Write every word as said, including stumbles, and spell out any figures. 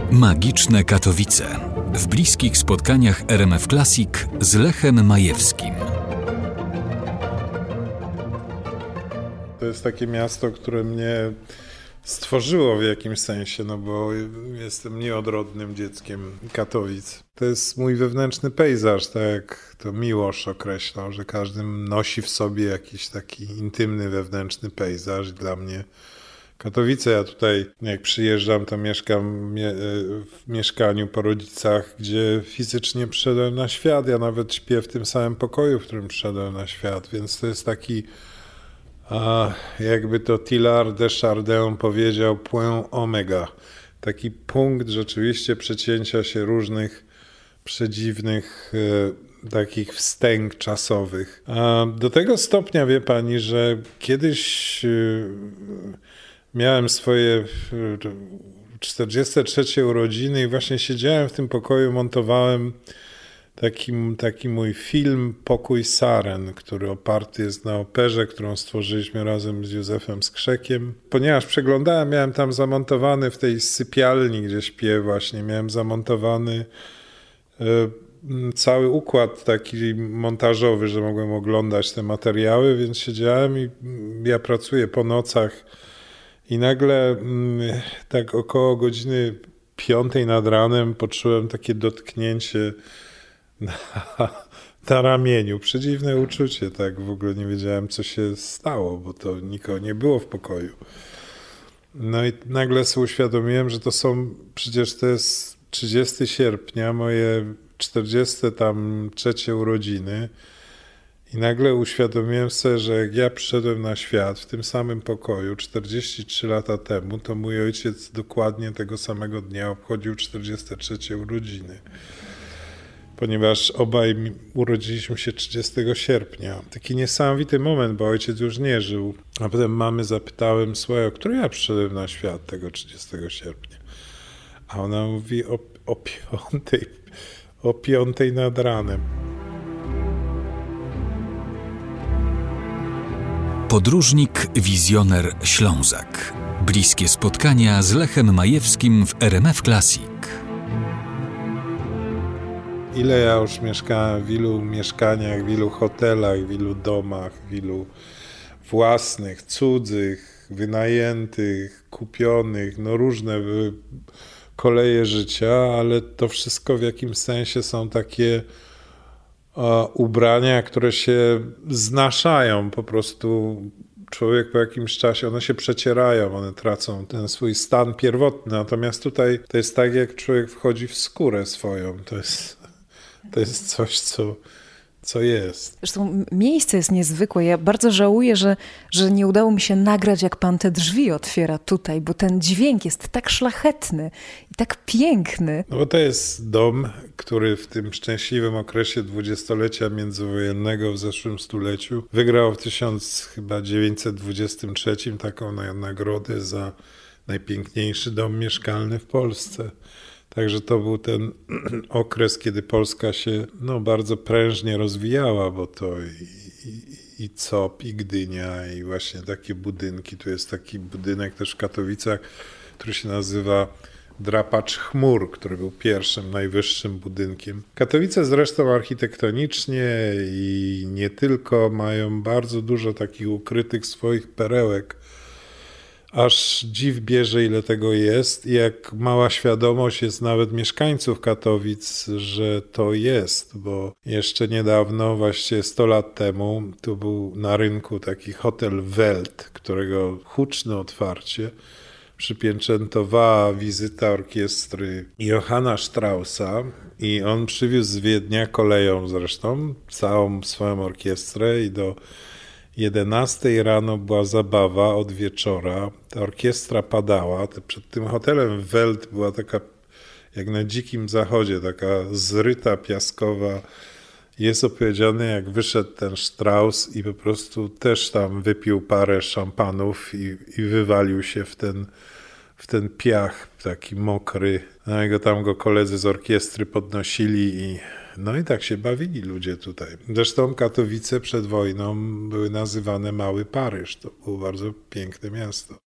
Magiczne Katowice. W bliskich spotkaniach R M F Classic z Lechem Majewskim. To jest takie miasto, które mnie stworzyło w jakimś sensie, no bo jestem nieodrodnym dzieckiem Katowic. To jest mój wewnętrzny pejzaż, tak jak to Miłosz określał, że każdy nosi w sobie jakiś taki intymny wewnętrzny pejzaż. Dla mnie Katowice, ja tutaj jak przyjeżdżam, to mieszkam w mieszkaniu po rodzicach, gdzie fizycznie przyszedłem na świat. Ja nawet śpię w tym samym pokoju, w którym przyszedłem na świat, więc to jest taki, a jakby to Teilhard de Chardin powiedział, point omega. Taki punkt rzeczywiście przecięcia się różnych przedziwnych e, takich wstęg czasowych. A do tego stopnia, wie pani, że kiedyś e, miałem swoje czterdzieste trzecie urodziny i właśnie siedziałem w tym pokoju, montowałem taki, taki mój film Pokój Saren, który oparty jest na operze, którą stworzyliśmy razem z Józefem Skrzekiem. Ponieważ przeglądałem, miałem tam zamontowany w tej sypialni, gdzie śpię właśnie, miałem zamontowany e, cały układ taki montażowy, że mogłem oglądać te materiały, więc siedziałem i ja pracuję po nocach i nagle tak około godziny piątej nad ranem poczułem takie dotknięcie na, na ramieniu. Przedziwne uczucie, tak w ogóle nie wiedziałem, co się stało, bo to nikogo nie było w pokoju. No i nagle sobie uświadomiłem, że to są, przecież to jest trzydziestego sierpnia, moje czterdzieste tam trzecie urodziny. I nagle uświadomiłem sobie, że jak ja przyszedłem na świat w tym samym pokoju czterdzieści trzy lata temu, to mój ojciec dokładnie tego samego dnia obchodził czterdzieste trzecie urodziny. Ponieważ obaj urodziliśmy się trzydziestego sierpnia. Taki niesamowity moment, bo ojciec już nie żył. A potem mamy zapytałem, słuchaj, o której ja przyszedłem na świat tego trzydziestego sierpnia? A ona mówi o, o piątej, o piątej nad ranem. Podróżnik, wizjoner, Ślązak. Bliskie spotkania z Lechem Majewskim w R M F Classic. Ile ja już mieszkałem w ilu mieszkaniach, w ilu hotelach, w ilu domach, w ilu własnych, cudzych, wynajętych, kupionych, no różne były koleje życia, ale to wszystko w jakimś sensie są takie ubrania, które się znaszają, po prostu człowiek po jakimś czasie, one się przecierają, one tracą ten swój stan pierwotny, natomiast tutaj to jest tak, jak człowiek wchodzi w skórę swoją, to jest, to jest coś, co, co jest. Zresztą miejsce jest niezwykłe. Ja bardzo żałuję, że, że nie udało mi się nagrać, jak pan te drzwi otwiera tutaj, bo ten dźwięk jest tak szlachetny i tak piękny. No bo to jest dom, który w tym szczęśliwym okresie dwudziestolecia międzywojennego w zeszłym stuleciu wygrał w tysiąc dziewięćset dwudziestym trzecim taką nagrodę za najpiękniejszy dom mieszkalny w Polsce. Także to był ten okres, kiedy Polska się no, bardzo prężnie rozwijała, bo to i, i, i C O P, i Gdynia, i właśnie takie budynki. Tu jest taki budynek też w Katowicach, który się nazywa Drapacz Chmur, który był pierwszym, najwyższym budynkiem. Katowice zresztą architektonicznie i nie tylko mają bardzo dużo takich ukrytych swoich perełek. Aż dziw bierze, ile tego jest i jak mała świadomość jest nawet mieszkańców Katowic, że to jest, bo jeszcze niedawno, właściwie sto lat temu, tu był na rynku taki hotel Welt, którego huczne otwarcie przypieczętowała wizyta orkiestry Johanna Straussa i on przywiózł z Wiednia koleją zresztą całą swoją orkiestrę i do jedenastej rano była zabawa od wieczora. Ta orkiestra padała. Przed tym hotelem Welt była taka, jak na dzikim zachodzie, taka zryta, piaskowa. Jest opowiedziane, jak wyszedł ten Strauss i po prostu też tam wypił parę szampanów i, i wywalił się w ten, w ten piach taki mokry. No i go tam go koledzy z orkiestry podnosili i no i tak się bawili ludzie tutaj. Zresztą Katowice przed wojną były nazywane Mały Paryż. To było bardzo piękne miasto.